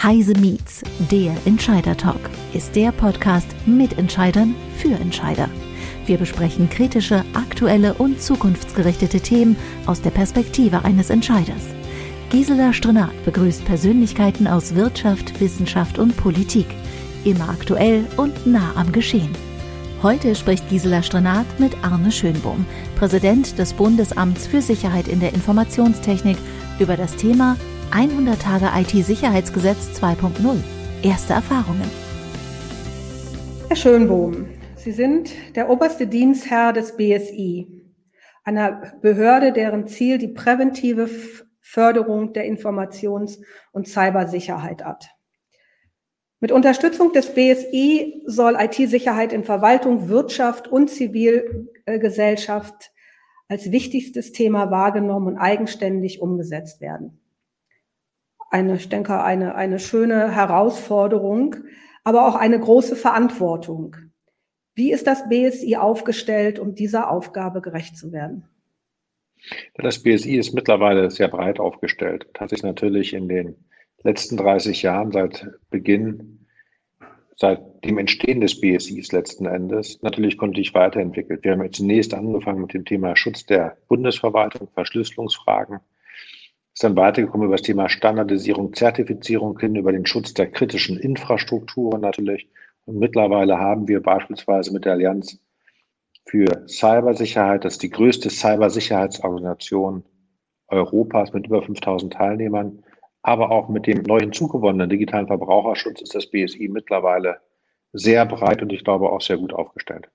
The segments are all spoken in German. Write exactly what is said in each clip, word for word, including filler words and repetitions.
Heise Meets, der Entscheider-Talk, ist der Podcast mit Entscheidern für Entscheider. Wir besprechen kritische, aktuelle und zukunftsgerichtete Themen aus der Perspektive eines Entscheiders. Gisela Strenat begrüßt Persönlichkeiten aus Wirtschaft, Wissenschaft und Politik. Immer aktuell und nah am Geschehen. Heute spricht Gisela Strenat mit Arne Schönbohm, Präsident des Bundesamts für Sicherheit in der Informationstechnik, über das Thema hundert Tage I T-Sicherheitsgesetz zwei Punkt null. Erste Erfahrungen. Herr Schönbohm, Sie sind der oberste Dienstherr des B S I, einer Behörde, deren Ziel die präventive Förderung der Informations- und Cybersicherheit hat. Mit Unterstützung des B S I soll I T-Sicherheit in Verwaltung, Wirtschaft und Zivilgesellschaft als wichtigstes Thema wahrgenommen und eigenständig umgesetzt werden. Eine, ich denke, eine, eine schöne Herausforderung, aber auch eine große Verantwortung. Wie ist das B S I aufgestellt, um dieser Aufgabe gerecht zu werden? Das B S I ist mittlerweile sehr breit aufgestellt. Hat sich natürlich in den letzten dreißig Jahren seit Beginn, seit dem Entstehen des B S Is letzten Endes, natürlich gründlich weiterentwickelt. Wir haben jetzt zunächst angefangen mit dem Thema Schutz der Bundesverwaltung, Verschlüsselungsfragen, ist dann weitergekommen über das Thema Standardisierung, Zertifizierung hin, über den Schutz der kritischen Infrastrukturen natürlich. Und mittlerweile haben wir beispielsweise mit der Allianz für Cybersicherheit, das ist die größte Cybersicherheitsorganisation Europas mit über fünftausend Teilnehmern, aber auch mit dem neu hinzugewonnenen digitalen Verbraucherschutz ist das B S I mittlerweile sehr breit und ich glaube auch sehr gut aufgestellt.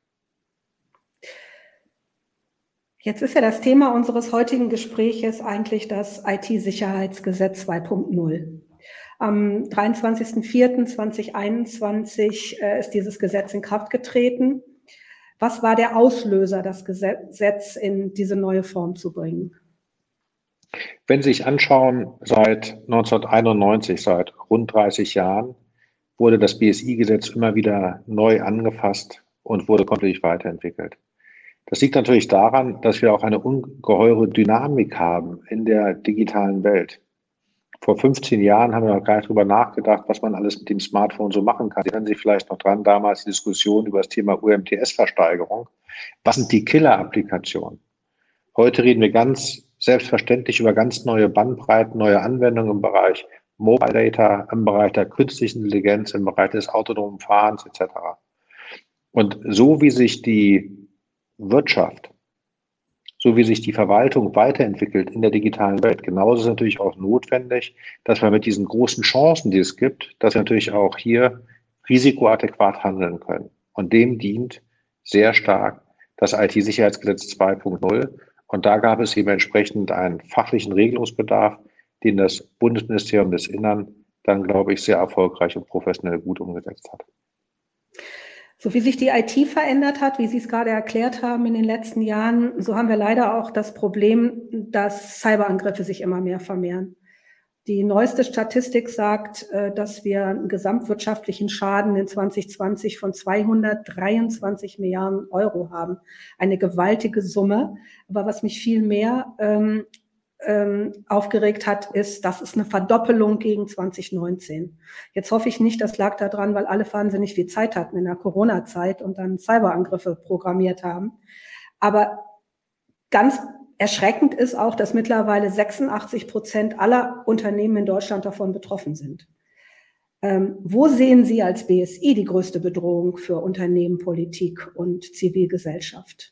Jetzt ist ja das Thema unseres heutigen Gespräches eigentlich das I T-Sicherheitsgesetz zwei Punkt null. Am dreiundzwanzigsten vierten zweitausendeinundzwanzig äh, ist dieses Gesetz in Kraft getreten. Was war der Auslöser, das Gesetz in diese neue Form zu bringen? Wenn Sie sich anschauen, seit neunzehnhunderteinundneunzig, seit rund dreißig Jahren, wurde das B S I-Gesetz immer wieder neu angefasst und wurde kontinuierlich weiterentwickelt. Das liegt natürlich daran, dass wir auch eine ungeheure Dynamik haben in der digitalen Welt. Vor fünfzehn Jahren haben wir noch gar nicht drüber nachgedacht, was man alles mit dem Smartphone so machen kann. Sie erinnern sich vielleicht noch dran, damals die Diskussion über das Thema U M T S-Versteigerung. Was sind die Killer-Applikationen? Heute reden wir ganz selbstverständlich über ganz neue Bandbreiten, neue Anwendungen im Bereich Mobile Data, im Bereich der künstlichen Intelligenz, im Bereich des autonomen Fahrens et cetera. Und so wie sich die Wirtschaft, so wie sich die Verwaltung weiterentwickelt in der digitalen Welt, genauso ist natürlich auch notwendig, dass wir mit diesen großen Chancen, die es gibt, dass wir natürlich auch hier risikoadäquat handeln können. Und dem dient sehr stark das I T-Sicherheitsgesetz zwei Punkt null. Und da gab es eben entsprechend einen fachlichen Regelungsbedarf, den das Bundesministerium des Innern dann, glaube ich, sehr erfolgreich und professionell gut umgesetzt hat. So wie sich die I T verändert hat, wie Sie es gerade erklärt haben in den letzten Jahren, so haben wir leider auch das Problem, dass Cyberangriffe sich immer mehr vermehren. Die neueste Statistik sagt, dass wir einen gesamtwirtschaftlichen Schaden in zwanzig zwanzig von zweihundertdreiundzwanzig Milliarden Euro haben. Eine gewaltige Summe. Aber was mich viel mehr ähm, ähm, aufgeregt hat, ist, das ist eine Verdoppelung gegen zwanzig neunzehn. Jetzt hoffe ich nicht, das lag daran, weil alle wahnsinnig viel Zeit hatten in der Corona-Zeit und dann Cyberangriffe programmiert haben. Aber ganz erschreckend ist auch, dass mittlerweile sechsundachtzig Prozent aller Unternehmen in Deutschland davon betroffen sind. Ähm, wo sehen Sie als B S I die größte Bedrohung für Unternehmen, Politik und Zivilgesellschaft?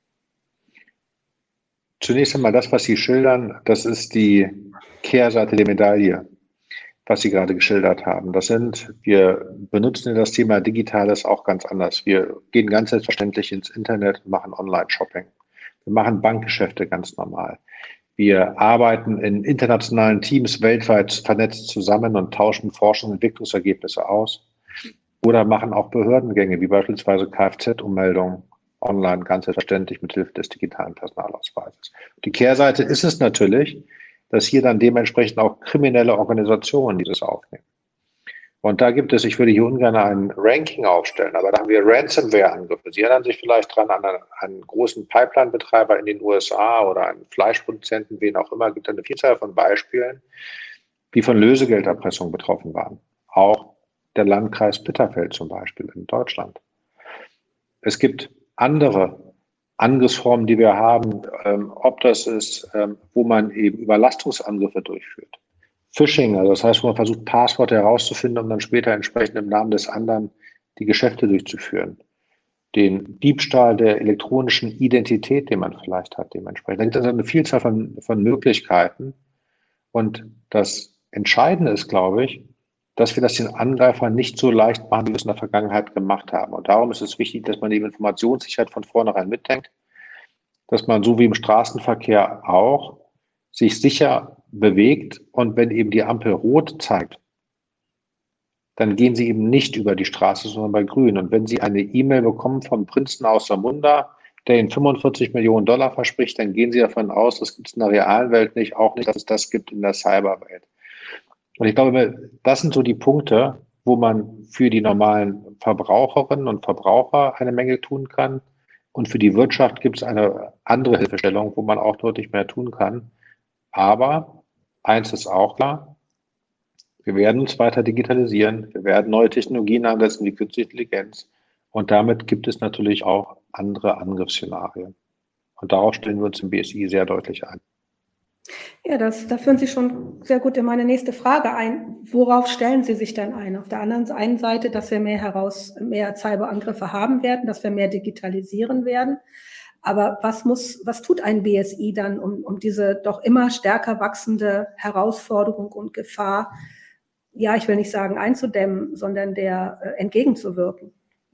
Zunächst einmal das, was Sie schildern, das ist die Kehrseite der Medaille, was Sie gerade geschildert haben. Das sind, wir benutzen das Thema Digitales auch ganz anders. Wir gehen ganz selbstverständlich ins Internet und machen Online-Shopping. Wir machen Bankgeschäfte ganz normal. Wir arbeiten in internationalen Teams weltweit vernetzt zusammen und tauschen Forschungs- und Entwicklungsergebnisse aus. Oder machen auch Behördengänge, wie beispielsweise Kfz-Ummeldungen online, ganz selbstverständlich mit Hilfe des digitalen Personalausweises. Die Kehrseite ist es natürlich, dass hier dann dementsprechend auch kriminelle Organisationen dieses aufnehmen. Und da gibt es, ich würde hier ungern ein Ranking aufstellen, aber da haben wir Ransomware-Angriffe. Sie erinnern sich vielleicht dran an einen, einen großen Pipeline-Betreiber in den U S A oder einen Fleischproduzenten, wen auch immer, gibt eine Vielzahl von Beispielen, wie von Lösegelderpressung betroffen waren. Auch der Landkreis Bitterfeld zum Beispiel in Deutschland. Es gibt andere Angriffsformen, die wir haben, ähm, ob das ist, ähm, wo man eben Überlastungsangriffe durchführt. Phishing, also das heißt, wo man versucht, Passworte herauszufinden, um dann später entsprechend im Namen des anderen die Geschäfte durchzuführen. Den Diebstahl der elektronischen Identität, den man vielleicht hat, dementsprechend. Da gibt es also eine Vielzahl von, von Möglichkeiten. Und das Entscheidende ist, glaube ich, dass wir das den Angreifern nicht so leicht machen, wie wir es in der Vergangenheit gemacht haben. Und darum ist es wichtig, dass man die Informationssicherheit von vornherein mitdenkt, dass man so wie im Straßenverkehr auch sich sicher bewegt und wenn eben die Ampel rot zeigt, dann gehen Sie eben nicht über die Straße, sondern bei grün. Und wenn Sie eine E-Mail bekommen vom Prinzen aus Samunda, der Ihnen fünfundvierzig Millionen Dollar verspricht, dann gehen Sie davon aus, das gibt es in der realen Welt nicht, auch nicht, dass es das gibt in der Cyberwelt. Und ich glaube, das sind so die Punkte, wo man für die normalen Verbraucherinnen und Verbraucher eine Menge tun kann. Und für die Wirtschaft gibt es eine andere Hilfestellung, wo man auch deutlich mehr tun kann. Aber eins ist auch klar, wir werden uns weiter digitalisieren, wir werden neue Technologien einsetzen wie künstliche Intelligenz und damit gibt es natürlich auch andere Angriffsszenarien. Und darauf stellen wir uns im B S I sehr deutlich ein. Ja, das, da führen Sie schon sehr gut in meine nächste Frage ein. Worauf stellen Sie sich denn ein? Auf der anderen einen Seite, dass wir mehr heraus, mehr Cyberangriffe haben werden, dass wir mehr digitalisieren werden. Aber was muss, was tut ein B S I dann, um, um diese doch immer stärker wachsende Herausforderung und Gefahr, ja, ich will nicht sagen einzudämmen, sondern der äh, entgegenzuwirken?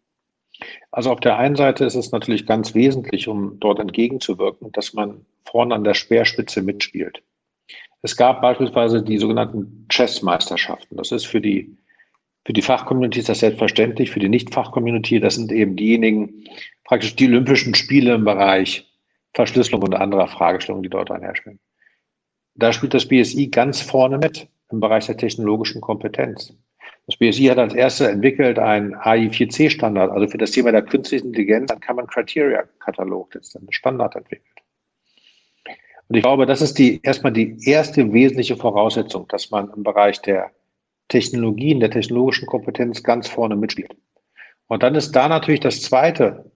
Also auf der einen Seite ist es natürlich ganz wesentlich, um dort entgegenzuwirken, dass man vorne an der Speerspitze mitspielt. Es gab beispielsweise die sogenannten Chess-Meisterschaften. Das ist für die, für die Fachcommunity ist das selbstverständlich, für die Nicht-Fach-Community, das sind eben diejenigen, praktisch die Olympischen Spiele im Bereich Verschlüsselung und anderer Fragestellungen, die dort einherrschen. Da spielt das B S I ganz vorne mit im Bereich der technologischen Kompetenz. Das B S I hat als erstes entwickelt einen A I vier C Standard, also für das Thema der künstlichen Intelligenz, einen Common Criteria Katalog, das ist ein Standard entwickelt. Und ich glaube, das ist die, erstmal die erste wesentliche Voraussetzung, dass man im Bereich der Technologien, der technologischen Kompetenz ganz vorne mitspielt. Und dann ist da natürlich das zweite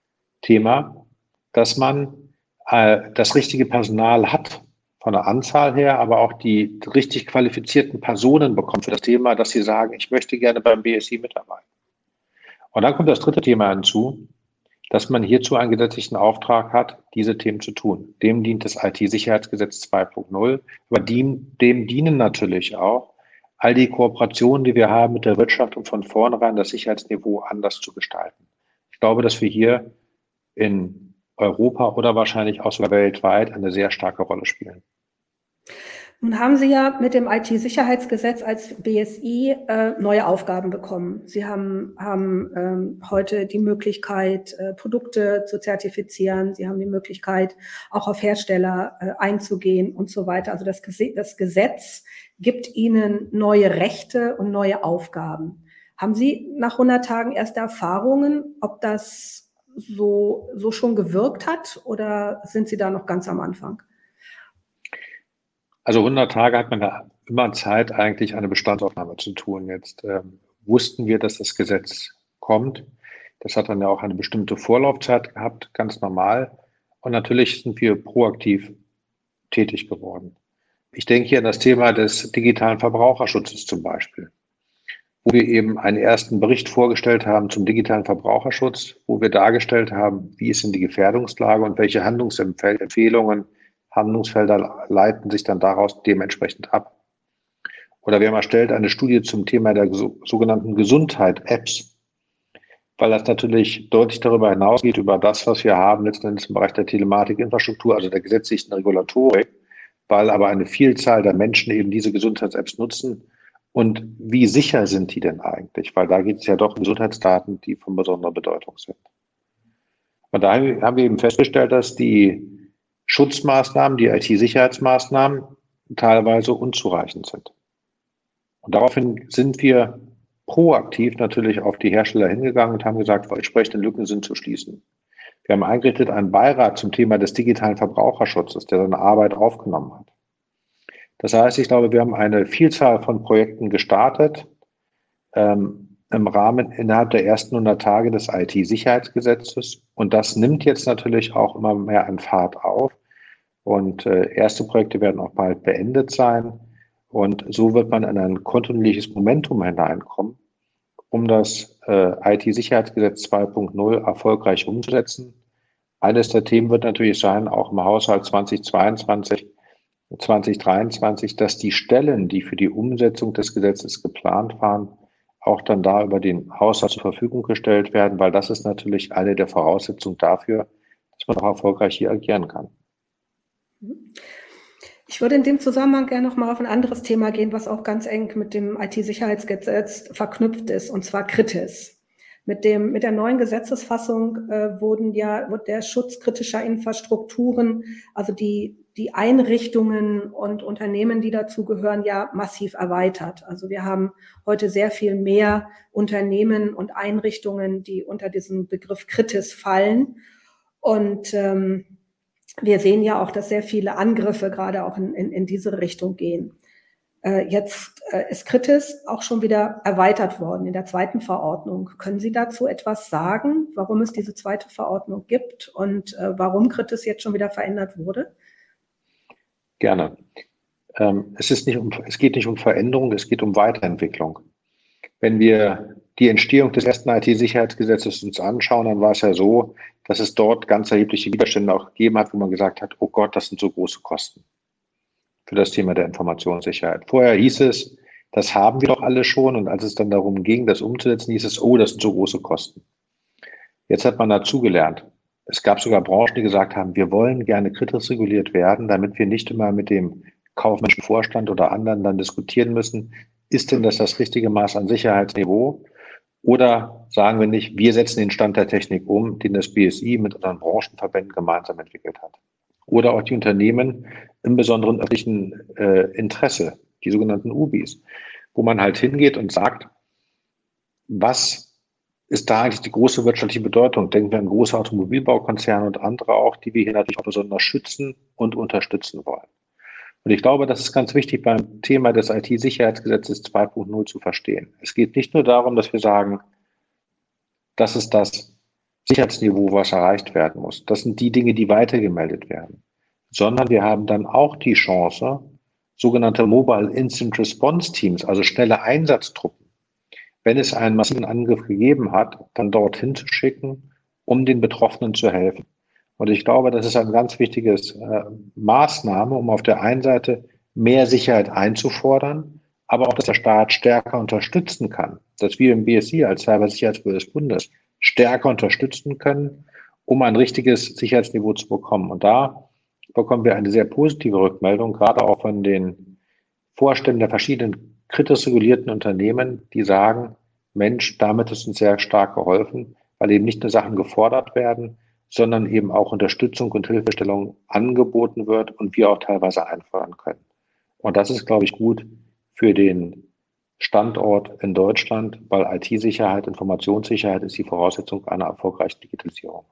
Thema, dass man äh, das richtige Personal hat, von der Anzahl her, aber auch die richtig qualifizierten Personen bekommt für das Thema, dass sie sagen, ich möchte gerne beim B S I mitarbeiten. Und dann kommt das dritte Thema hinzu, dass man hierzu einen gesetzlichen Auftrag hat, diese Themen zu tun. Dem dient das I T-Sicherheitsgesetz zwei Punkt null, aber dem, dem dienen natürlich auch all die Kooperationen, die wir haben mit der Wirtschaft, um von vornherein das Sicherheitsniveau anders zu gestalten. Ich glaube, dass wir hier in Europa oder wahrscheinlich auch sogar weltweit eine sehr starke Rolle spielen. Nun haben Sie ja mit dem I T-Sicherheitsgesetz als B S I äh, neue Aufgaben bekommen. Sie haben, haben ähm, heute die Möglichkeit, äh, Produkte zu zertifizieren. Sie haben die Möglichkeit, auch auf Hersteller äh, einzugehen und so weiter. Also das, Ges- das Gesetz gibt Ihnen neue Rechte und neue Aufgaben. Haben Sie nach hundert Tagen erste Erfahrungen, ob das so, so schon gewirkt hat oder sind Sie da noch ganz am Anfang? Also hundert Tage hat man da immer Zeit, eigentlich eine Bestandsaufnahme zu tun. Jetzt ähm, wussten wir, dass das Gesetz kommt. Das hat dann ja auch eine bestimmte Vorlaufzeit gehabt, ganz normal. Und natürlich sind wir proaktiv tätig geworden. Ich denke hier an das Thema des digitalen Verbraucherschutzes zum Beispiel, wo wir eben einen ersten Bericht vorgestellt haben zum digitalen Verbraucherschutz, wo wir dargestellt haben, wie ist denn die Gefährdungslage und welche Handlungsempfehlungen, Handlungsfelder leiten sich dann daraus dementsprechend ab. Oder wir haben erstellt eine Studie zum Thema der sogenannten Gesundheit-Apps, weil das natürlich deutlich darüber hinausgeht, über das, was wir haben, letztendlich im Bereich der Telematikinfrastruktur, also der gesetzlichen Regulatorik, weil aber eine Vielzahl der Menschen eben diese Gesundheits-Apps nutzen. Und wie sicher sind die denn eigentlich? Weil da geht es ja doch um Gesundheitsdaten, die von besonderer Bedeutung sind. Und da haben wir eben festgestellt, dass die Schutzmaßnahmen, die I T-Sicherheitsmaßnahmen teilweise unzureichend sind. Und daraufhin sind wir proaktiv natürlich auf die Hersteller hingegangen und haben gesagt, entsprechende Lücken sind zu schließen. Wir haben eingerichtet einen Beirat zum Thema des digitalen Verbraucherschutzes, der seine Arbeit aufgenommen hat. Das heißt, ich glaube, wir haben eine Vielzahl von Projekten gestartet, ähm, im Rahmen innerhalb der ersten hundert Tage des I T-Sicherheitsgesetzes. Und das nimmt jetzt natürlich auch immer mehr an Fahrt auf. Und äh, erste Projekte werden auch bald beendet sein. Und so wird man in ein kontinuierliches Momentum hineinkommen, um das äh, I T-Sicherheitsgesetz zwei Punkt null erfolgreich umzusetzen. Eines der Themen wird natürlich sein, auch im Haushalt zweitausendzweiundzwanzig, zweitausenddreiundzwanzig, dass die Stellen, die für die Umsetzung des Gesetzes geplant waren, auch dann da über den Haushalt zur Verfügung gestellt werden, weil das ist natürlich eine der Voraussetzungen dafür, dass man auch erfolgreich hier agieren kann. Ich würde in dem Zusammenhang gerne noch mal auf ein anderes Thema gehen, was auch ganz eng mit dem I T-Sicherheitsgesetz verknüpft ist, und zwar KRITIS. Mit dem, mit der neuen Gesetzesfassung äh, wurden ja, wird der Schutz kritischer Infrastrukturen, also die, die Einrichtungen und Unternehmen, die dazu gehören, ja massiv erweitert. Also wir haben heute sehr viel mehr Unternehmen und Einrichtungen, die unter diesen Begriff KRITIS fallen. Und ähm, wir sehen ja auch, dass sehr viele Angriffe gerade auch in, in, in diese Richtung gehen. Äh, jetzt äh, ist KRITIS auch schon wieder erweitert worden in der zweiten Verordnung. Können Sie dazu etwas sagen, warum es diese zweite Verordnung gibt und äh, warum KRITIS jetzt schon wieder verändert wurde? Gerne. Ähm, es ist nicht um, es geht nicht um Veränderung, es geht um Weiterentwicklung. Wenn wir die Entstehung des ersten I T-Sicherheitsgesetzes uns anschauen, dann war es ja so, dass es dort ganz erhebliche Widerstände auch gegeben hat, wo man gesagt hat, oh Gott, das sind so große Kosten für das Thema der Informationssicherheit. Vorher hieß es, das haben wir doch alle schon, und als es dann darum ging, das umzusetzen, hieß es, oh, das sind so große Kosten. Jetzt hat man dazugelernt. Es gab sogar Branchen, die gesagt haben, wir wollen gerne kritisch reguliert werden, damit wir nicht immer mit dem kaufmännischen Vorstand oder anderen dann diskutieren müssen, ist denn das das richtige Maß an Sicherheitsniveau? Oder sagen wir nicht, wir setzen den Stand der Technik um, den das B S I mit unseren Branchenverbänden gemeinsam entwickelt hat. Oder auch die Unternehmen im besonderen öffentlichen äh, Interesse, die sogenannten U B Is, wo man halt hingeht und sagt, was ist da eigentlich die große wirtschaftliche Bedeutung? Denken wir an große Automobilbaukonzerne und andere auch, die wir hier natürlich auch besonders schützen und unterstützen wollen. Und ich glaube, das ist ganz wichtig beim Thema des I T-Sicherheitsgesetzes zwei Punkt null zu verstehen. Es geht nicht nur darum, dass wir sagen, das ist das Sicherheitsniveau, was erreicht werden muss. Das sind die Dinge, die weitergemeldet werden. Sondern wir haben dann auch die Chance, sogenannte Mobile Incident Response Teams, also schnelle Einsatztruppen, wenn es einen massiven Angriff gegeben hat, dann dorthin zu schicken, um den Betroffenen zu helfen. Und ich glaube, das ist ein ganz wichtiges äh, Maßnahme, um auf der einen Seite mehr Sicherheit einzufordern, aber auch, dass der Staat stärker unterstützen kann, dass wir im B S I als Cybersicherheitsbehörde des Bundes stärker unterstützen können, um ein richtiges Sicherheitsniveau zu bekommen. Und da bekommen wir eine sehr positive Rückmeldung, gerade auch von den Vorständen der verschiedenen kritisch regulierten Unternehmen, die sagen, Mensch, damit ist uns sehr stark geholfen, weil eben nicht nur Sachen gefordert werden, sondern eben auch Unterstützung und Hilfestellung angeboten wird und wir auch teilweise einfordern können. Und das ist, glaube ich, gut für den Standort in Deutschland, weil I T-Sicherheit, Informationssicherheit ist die Voraussetzung einer erfolgreichen Digitalisierung.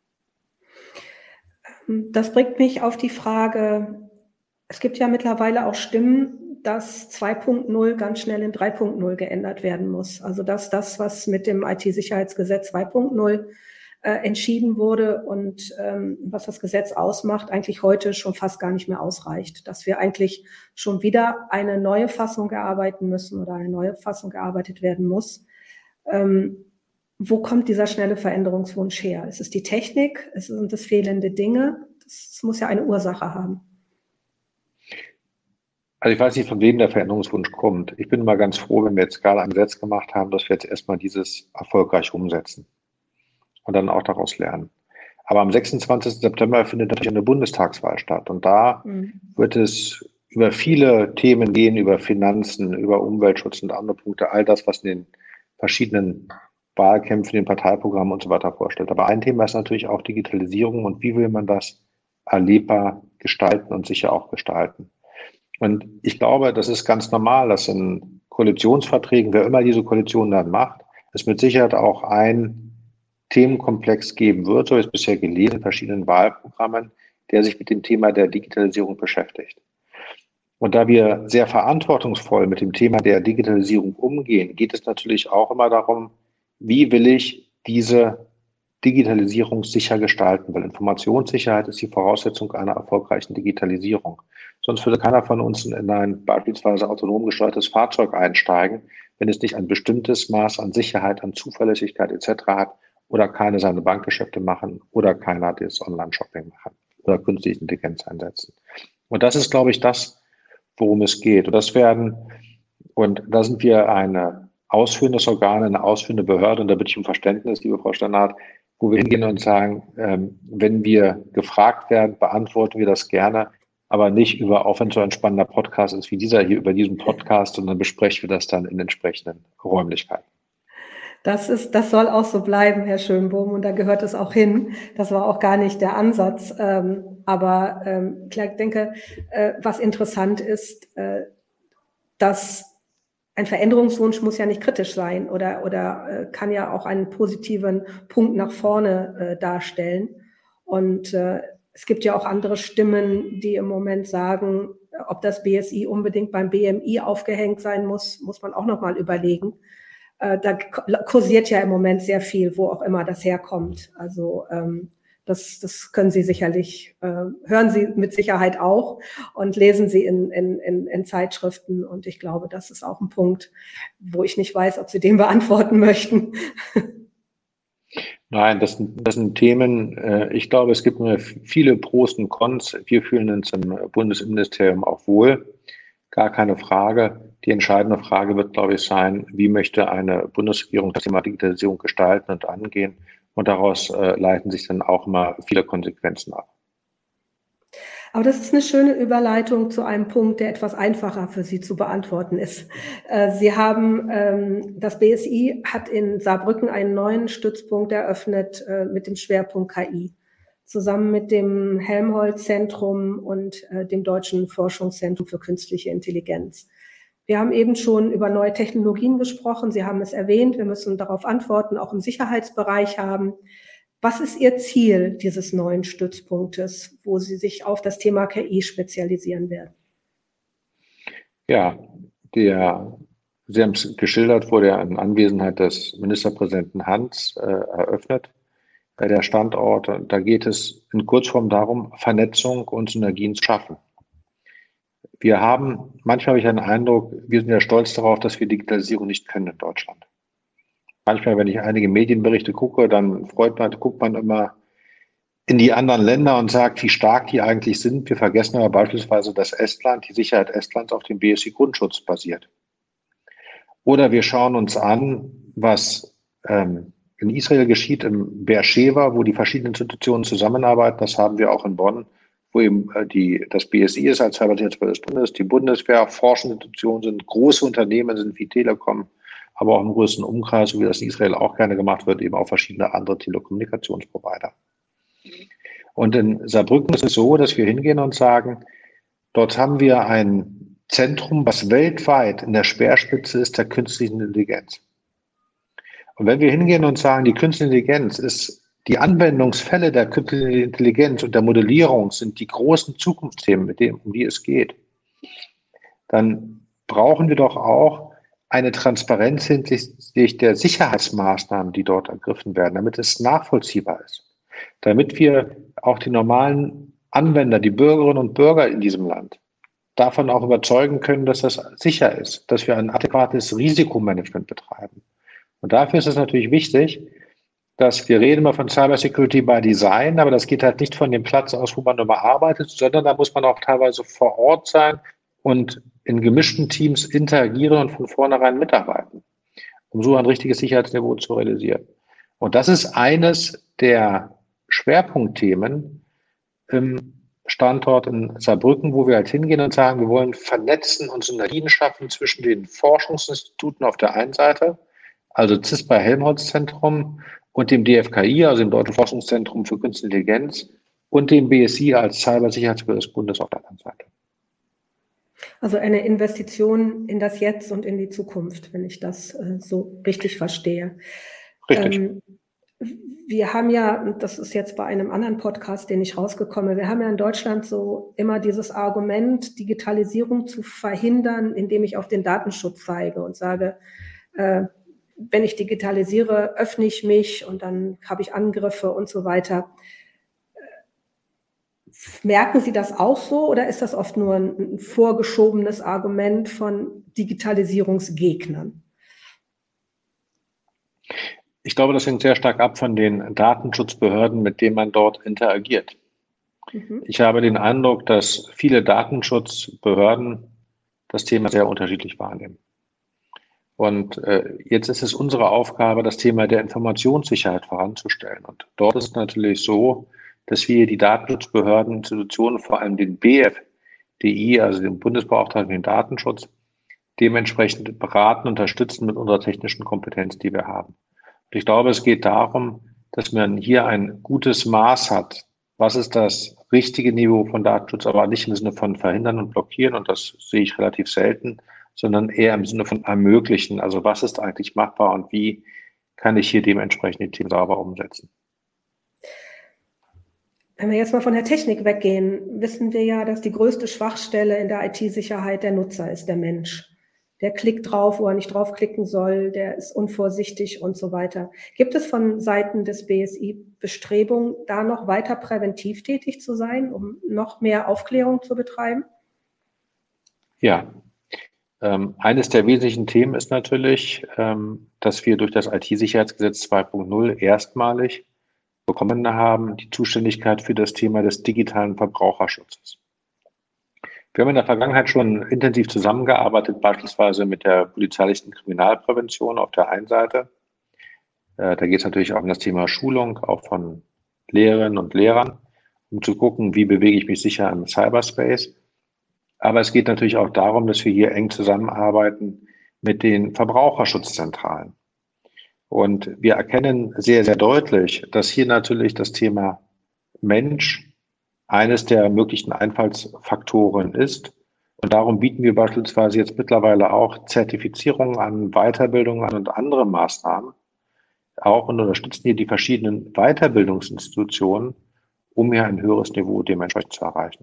Das bringt mich auf die Frage, es gibt ja mittlerweile auch Stimmen, dass zwei Punkt null ganz schnell in drei Punkt null geändert werden muss. Also dass das, was mit dem I T-Sicherheitsgesetz zwei Punkt null äh, entschieden wurde und ähm, was das Gesetz ausmacht, eigentlich heute schon fast gar nicht mehr ausreicht. Dass wir eigentlich schon wieder eine neue Fassung erarbeiten müssen oder eine neue Fassung erarbeitet werden muss. Ähm, wo kommt dieser schnelle Veränderungswunsch her? Ist es die Technik? Sind es fehlende Dinge? Das, das muss ja eine Ursache haben. Also ich weiß nicht, von wem der Veränderungswunsch kommt. Ich bin mal ganz froh, wenn wir jetzt gerade ein Gesetz gemacht haben, dass wir jetzt erstmal dieses erfolgreich umsetzen und dann auch daraus lernen. Aber am sechsundzwanzigsten September findet natürlich eine Bundestagswahl statt und da mhm. wird es über viele Themen gehen, über Finanzen, über Umweltschutz und andere Punkte, all das, was in den verschiedenen Wahlkämpfen, den Parteiprogrammen und so weiter vorstellt. Aber ein Thema ist natürlich auch Digitalisierung und wie will man das erlebbar gestalten und sicher auch gestalten. Und ich glaube, das ist ganz normal, dass in Koalitionsverträgen, wer immer diese Koalition dann macht, es mit Sicherheit auch ein Themenkomplex geben wird, so ist bisher gelesen in verschiedenen Wahlprogrammen, der sich mit dem Thema der Digitalisierung beschäftigt. Und da wir sehr verantwortungsvoll mit dem Thema der Digitalisierung umgehen, geht es natürlich auch immer darum, wie will ich diese Digitalisierung sicher gestalten, weil Informationssicherheit ist die Voraussetzung einer erfolgreichen Digitalisierung. Sonst würde keiner von uns in ein beispielsweise autonom gesteuertes Fahrzeug einsteigen, wenn es nicht ein bestimmtes Maß an Sicherheit, an Zuverlässigkeit et cetera hat oder keiner seine Bankgeschäfte machen oder keiner das Online-Shopping machen oder künstliche Intelligenz einsetzen. Und das ist, glaube ich, das, worum es geht. Und das werden, und da sind wir eine ausführendes Organ, eine ausführende Behörde, und da bitte ich um Verständnis, liebe Frau Steinhardt, wo wir hingehen und sagen, ähm, wenn wir gefragt werden, beantworten wir das gerne, aber nicht über, auch wenn es so ein spannender Podcast ist wie dieser hier, über diesen Podcast, sondern besprechen wir das dann in entsprechenden Räumlichkeiten. Das ist, das soll auch so bleiben, Herr Schönbohm, und da gehört es auch hin. Das war auch gar nicht der Ansatz. Ähm, aber ähm, ich denke, äh, was interessant ist, äh, dass ein Veränderungswunsch muss ja nicht kritisch sein oder, oder äh, kann ja auch einen positiven Punkt nach vorne äh, darstellen. Und äh, es gibt ja auch andere Stimmen, die im Moment sagen, ob das B S I unbedingt beim B M I aufgehängt sein muss, muss man auch noch mal überlegen. Äh, da kursiert ja im Moment sehr viel, wo auch immer das herkommt. Also ähm, Das, das können Sie sicherlich, äh, hören Sie mit Sicherheit auch und lesen Sie in, in, in, in Zeitschriften. Und ich glaube, das ist auch ein Punkt, wo ich nicht weiß, ob Sie den beantworten möchten. Nein, das sind, das sind Themen, äh, ich glaube, es gibt nur viele Pros und Cons. Wir fühlen uns im Bundesinnenministerium auch wohl. Gar keine Frage. Die entscheidende Frage wird, glaube ich, sein, wie möchte eine Bundesregierung das Thema Digitalisierung gestalten und angehen? Und daraus äh, leiten sich dann auch immer viele Konsequenzen ab. Aber das ist eine schöne Überleitung zu einem Punkt, der etwas einfacher für Sie zu beantworten ist. Äh, Sie haben, ähm, das B S I hat in Saarbrücken einen neuen Stützpunkt eröffnet äh, mit dem Schwerpunkt K I, zusammen mit dem Helmholtz-Zentrum und äh, dem Deutschen Forschungszentrum für künstliche Intelligenz. Wir haben eben schon über neue Technologien gesprochen. Sie haben es erwähnt. Wir müssen darauf antworten, auch im Sicherheitsbereich haben. Was ist Ihr Ziel dieses neuen Stützpunktes, wo Sie sich auf das Thema K I spezialisieren werden? Ja, der, Sie haben es geschildert, wurde ja in Anwesenheit des Ministerpräsidenten Hans äh, eröffnet. Bei der Standort, da geht es in Kurzform darum, Vernetzung und Synergien zu schaffen. Wir haben, manchmal habe ich den Eindruck, wir sind ja stolz darauf, dass wir Digitalisierung nicht können in Deutschland. Manchmal, wenn ich einige Medienberichte gucke, dann freut man, guckt man immer in die anderen Länder und sagt, wie stark die eigentlich sind. Wir vergessen aber beispielsweise, dass Estland, die Sicherheit Estlands auf dem B S I-Grundschutz basiert. Oder wir schauen uns an, was ähm, in Israel geschieht, im Beersheva, wo die verschiedenen Institutionen zusammenarbeiten. Das haben wir auch in Bonn, wo eben die, das B S I ist als Cybersicherheitsbehörde des Bundes, die Bundeswehr, Forschungsinstitutionen sind, große Unternehmen sind wie Telekom, aber auch im größten Umkreis, so wie das in Israel auch gerne gemacht wird, eben auch verschiedene andere Telekommunikationsprovider. Und in Saarbrücken ist es so, dass wir hingehen und sagen, dort haben wir ein Zentrum, was weltweit in der Speerspitze ist der künstlichen Intelligenz. Und wenn wir hingehen und sagen, die künstliche Intelligenz ist, die Anwendungsfälle der künstlichen Intelligenz und der Modellierung sind die großen Zukunftsthemen, mit denen, um die es geht, dann brauchen wir doch auch eine Transparenz hinsichtlich der Sicherheitsmaßnahmen, die dort ergriffen werden, damit es nachvollziehbar ist. Damit wir auch die normalen Anwender, die Bürgerinnen und Bürger in diesem Land davon auch überzeugen können, dass das sicher ist, dass wir ein adäquates Risikomanagement betreiben. Und dafür ist es natürlich wichtig, dass wir reden immer von Cybersecurity by Design, aber das geht halt nicht von dem Platz aus, wo man immer arbeitet, sondern da muss man auch teilweise vor Ort sein und in gemischten Teams interagieren und von vornherein mitarbeiten, um so ein richtiges Sicherheitsniveau zu realisieren. Und das ist eines der Schwerpunktthemen im Standort in Saarbrücken, wo wir halt hingehen und sagen, wir wollen vernetzen und Synergien schaffen zwischen den Forschungsinstituten auf der einen Seite, also C I S P A Helmholtz-Zentrum und dem D F K I, also dem Deutschen Forschungszentrum für Künstliche Intelligenz, und dem B S I als Cybersicherheitsbehörde des Bundes auf der anderen Seite. Also eine Investition in das Jetzt und in die Zukunft, wenn ich das äh, so richtig verstehe. Richtig. Ähm, wir haben ja, und das ist jetzt bei einem anderen Podcast, den ich rausgekommen, wir haben ja in Deutschland so immer dieses Argument, Digitalisierung zu verhindern, indem ich auf den Datenschutz zeige und sage, äh, wenn ich digitalisiere, öffne ich mich und dann habe ich Angriffe und so weiter. Merken Sie das auch so oder ist das oft nur ein vorgeschobenes Argument von Digitalisierungsgegnern? Ich glaube, das hängt sehr stark ab von den Datenschutzbehörden, mit denen man dort interagiert. Mhm. Ich habe den Eindruck, dass viele Datenschutzbehörden das Thema sehr unterschiedlich wahrnehmen. Und äh, jetzt ist es unsere Aufgabe, das Thema der Informationssicherheit voranzustellen. Und dort ist es natürlich so, dass wir die Datenschutzbehörden, Institutionen, vor allem den B F D I, also den Bundesbeauftragten für den Datenschutz, dementsprechend beraten, unterstützen mit unserer technischen Kompetenz, die wir haben. Und ich glaube, es geht darum, dass man hier ein gutes Maß hat. Was ist das richtige Niveau von Datenschutz, aber nicht im Sinne von verhindern und blockieren, und das sehe ich relativ selten, sondern eher im Sinne von ermöglichen. Also was ist eigentlich machbar und wie kann ich hier dementsprechend die Themen sauber umsetzen? Wenn wir jetzt mal von der Technik weggehen, wissen wir ja, dass die größte Schwachstelle in der I T-Sicherheit der Nutzer ist, der Mensch. Der klickt drauf, wo er nicht draufklicken soll, der ist unvorsichtig und so weiter. Gibt es von Seiten des B S I Bestrebungen, da noch weiter präventiv tätig zu sein, um noch mehr Aufklärung zu betreiben? Ja, ähm, eines der wesentlichen Themen ist natürlich, ähm, dass wir durch das I T-Sicherheitsgesetz zwei Punkt null erstmalig bekommen haben, die Zuständigkeit für das Thema des digitalen Verbraucherschutzes. Wir haben in der Vergangenheit schon intensiv zusammengearbeitet, beispielsweise mit der polizeilichen Kriminalprävention auf der einen Seite. Äh, da geht es natürlich auch um das Thema Schulung, auch von Lehrerinnen und Lehrern, um zu gucken, wie bewege ich mich sicher im Cyberspace. Aber es geht natürlich auch darum, dass wir hier eng zusammenarbeiten mit den Verbraucherschutzzentralen. Und wir erkennen sehr, sehr deutlich, dass hier natürlich das Thema Mensch eines der möglichen Einfallsfaktoren ist. Und darum bieten wir beispielsweise jetzt mittlerweile auch Zertifizierungen an, Weiterbildungen an und andere Maßnahmen, auch und unterstützen hier die verschiedenen Weiterbildungsinstitutionen, um hier ein höheres Niveau dementsprechend zu erreichen.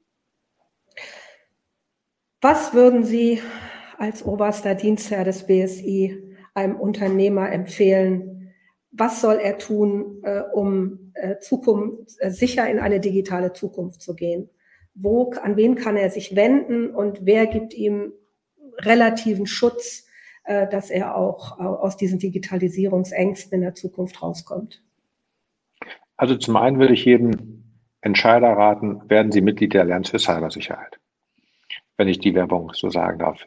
Was würden Sie als oberster Dienstherr des B S I einem Unternehmer empfehlen? Was soll er tun, äh, um äh, Zukunft, äh, sicher in eine digitale Zukunft zu gehen? Wo, an wen kann er sich wenden und wer gibt ihm relativen Schutz, äh, dass er auch äh, aus diesen Digitalisierungsängsten in der Zukunft rauskommt? Also zum einen würde ich jedem Entscheider raten, werden Sie Mitglied der Allianz für Cybersicherheit. Wenn ich die Werbung so sagen darf.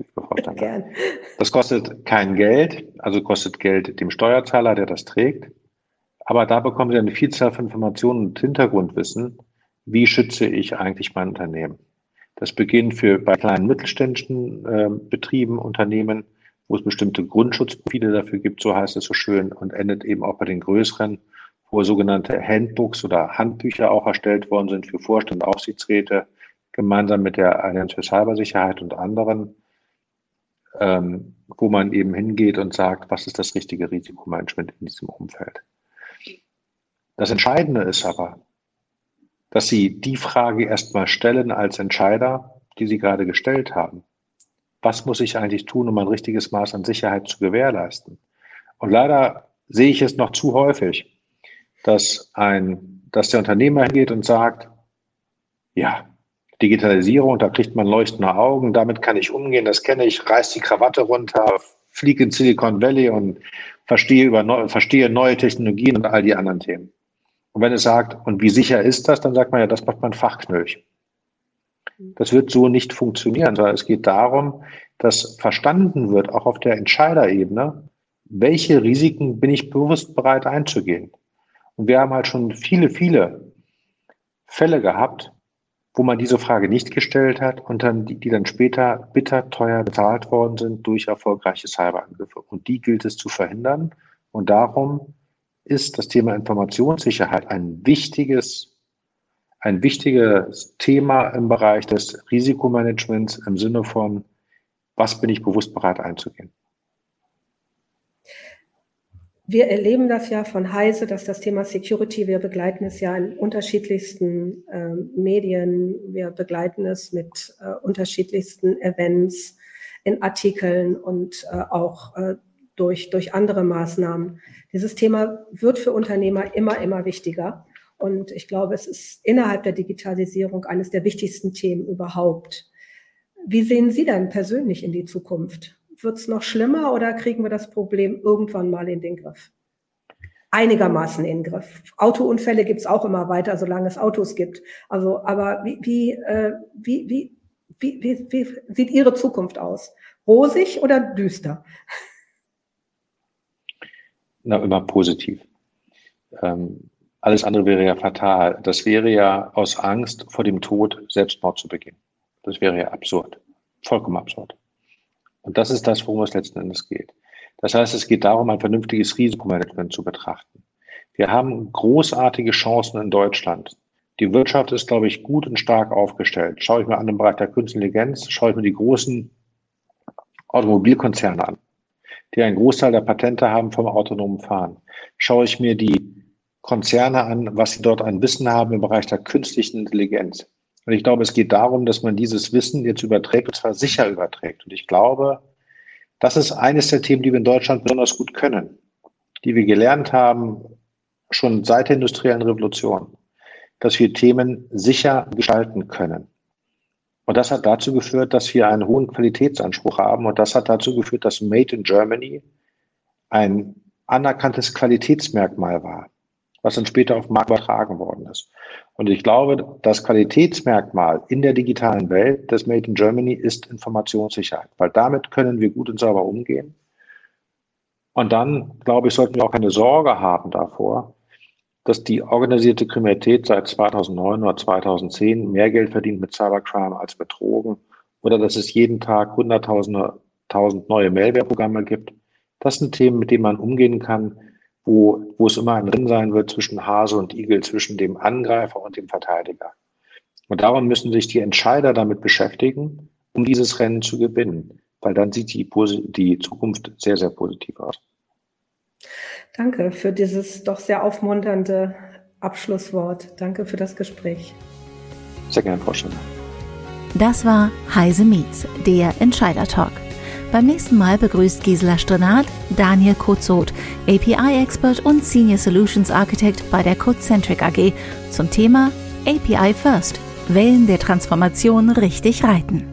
Das kostet kein Geld, also kostet Geld dem Steuerzahler, der das trägt. Aber da bekommen Sie eine Vielzahl von Informationen und Hintergrundwissen. Wie schütze ich eigentlich mein Unternehmen? Das beginnt für bei kleinen mittelständischen äh, Betrieben, Unternehmen, wo es bestimmte Grundschutzprofile dafür gibt, so heißt es so schön, und endet eben auch bei den größeren, wo sogenannte Handbooks oder Handbücher auch erstellt worden sind für Vorstände, Aufsichtsräte, gemeinsam mit der Allianz für Cybersicherheit und anderen, ähm, wo man eben hingeht und sagt, was ist das richtige Risikomanagement in diesem Umfeld. Das Entscheidende ist aber, dass Sie die Frage erstmal stellen als Entscheider, die Sie gerade gestellt haben. Was muss ich eigentlich tun, um ein richtiges Maß an Sicherheit zu gewährleisten? Und leider sehe ich es noch zu häufig, dass, ein, dass der Unternehmer hingeht und sagt, ja, Digitalisierung, da kriegt man leuchtende Augen, damit kann ich umgehen, das kenne ich, reiß die Krawatte runter, fliege in Silicon Valley und verstehe, über neu, verstehe neue Technologien und all die anderen Themen. Und wenn es sagt, und wie sicher ist das, dann sagt man ja, das macht man Fachknöllchen. Das wird so nicht funktionieren, sondern es geht darum, dass verstanden wird, auch auf der Entscheiderebene, welche Risiken bin ich bewusst bereit einzugehen. Und wir haben halt schon viele, viele Fälle gehabt, wo man diese Frage nicht gestellt hat und dann die, die dann später bitter teuer bezahlt worden sind durch erfolgreiche Cyberangriffe. Und die gilt es zu verhindern. Und darum ist das Thema Informationssicherheit ein wichtiges, ein wichtiges Thema im Bereich des Risikomanagements im Sinne von, was bin ich bewusst bereit einzugehen. wir erleben das ja von Heise, dass das Thema Security, wir begleiten es ja in unterschiedlichsten äh, Medien, wir begleiten es mit äh, unterschiedlichsten Events, in Artikeln und äh, auch äh, durch, durch andere Maßnahmen. Dieses Thema wird für Unternehmer immer, immer wichtiger. Und ich glaube, es ist innerhalb der Digitalisierung eines der wichtigsten Themen überhaupt. Wie sehen Sie denn persönlich in die Zukunft? Wird es noch schlimmer oder kriegen wir das Problem irgendwann mal in den Griff? Einigermaßen in den Griff. Autounfälle gibt es auch immer weiter, solange es Autos gibt. Also, aber wie, wie, äh, wie, wie, wie, wie, wie sieht Ihre Zukunft aus? Rosig oder düster? Na, immer positiv. Ähm, alles andere wäre ja fatal. Das wäre ja aus Angst vor dem Tod Selbstmord zu begehen. Das wäre ja absurd. Vollkommen absurd. Und das ist das, worum es letzten Endes geht. Das heißt, es geht darum, ein vernünftiges Risikomanagement zu betrachten. Wir haben großartige Chancen in Deutschland. Die Wirtschaft ist, glaube ich, gut und stark aufgestellt. Schaue ich mir an im Bereich der Künstlichen Intelligenz, schaue ich mir die großen Automobilkonzerne an, die einen Großteil der Patente haben vom autonomen Fahren. Schaue ich mir die Konzerne an, was sie dort an Wissen haben im Bereich der künstlichen Intelligenz. Und ich glaube, es geht darum, dass man dieses Wissen jetzt überträgt, und zwar sicher überträgt. Und ich glaube, das ist eines der Themen, die wir in Deutschland besonders gut können, die wir gelernt haben, schon seit der industriellen Revolution, dass wir Themen sicher gestalten können. Und das hat dazu geführt, dass wir einen hohen Qualitätsanspruch haben. Und das hat dazu geführt, dass Made in Germany ein anerkanntes Qualitätsmerkmal war, was dann später auf den Markt übertragen worden ist. Und ich glaube, das Qualitätsmerkmal in der digitalen Welt des Made in Germany ist Informationssicherheit, weil damit können wir gut und sauber umgehen. Und dann, glaube ich, sollten wir auch keine Sorge haben davor, dass die organisierte Kriminalität seit zweitausendneun oder zweitausendzehn mehr Geld verdient mit Cybercrime als Betrogen oder dass es jeden Tag hunderttausende tausend neue Malware-Programme gibt. Das sind Themen, mit denen man umgehen kann, wo, wo es immer ein Rennen sein wird zwischen Hase und Igel, zwischen dem Angreifer und dem Verteidiger. Und darum müssen sich die Entscheider damit beschäftigen, um dieses Rennen zu gewinnen, weil dann sieht die, die Zukunft sehr, sehr positiv aus. Danke für dieses doch sehr aufmunternde Abschlusswort. Danke für das Gespräch. Sehr gerne, Frau Schindler. Das war Heise Meets, der Entscheider-Talk. Beim nächsten Mal begrüßt Gisela Strenat Daniel Kozoth, A P I-Expert und Senior Solutions Architect bei der Codecentric A G zum Thema A P I First, Wellen der Transformation richtig reiten.